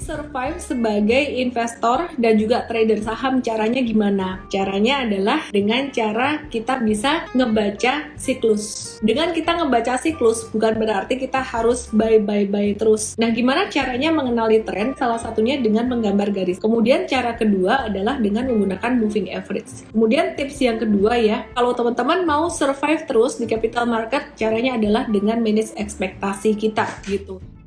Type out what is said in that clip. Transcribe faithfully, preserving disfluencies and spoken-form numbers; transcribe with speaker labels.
Speaker 1: survive sebagai investor dan juga trader saham, caranya gimana? Caranya adalah dengan cara kita bisa ngebaca siklus. Dengan kita ngebaca siklus bukan berarti kita harus buy buy buy terus. Nah, gimana caranya mengenali tren? Salah satunya dengan menggambar garis. Kemudian cara kedua adalah dengan menggunakan moving average. Kemudian tips yang kedua ya, kalau teman-teman mau survive terus di capital market, caranya adalah dengan manage ekspektasi kita gitu.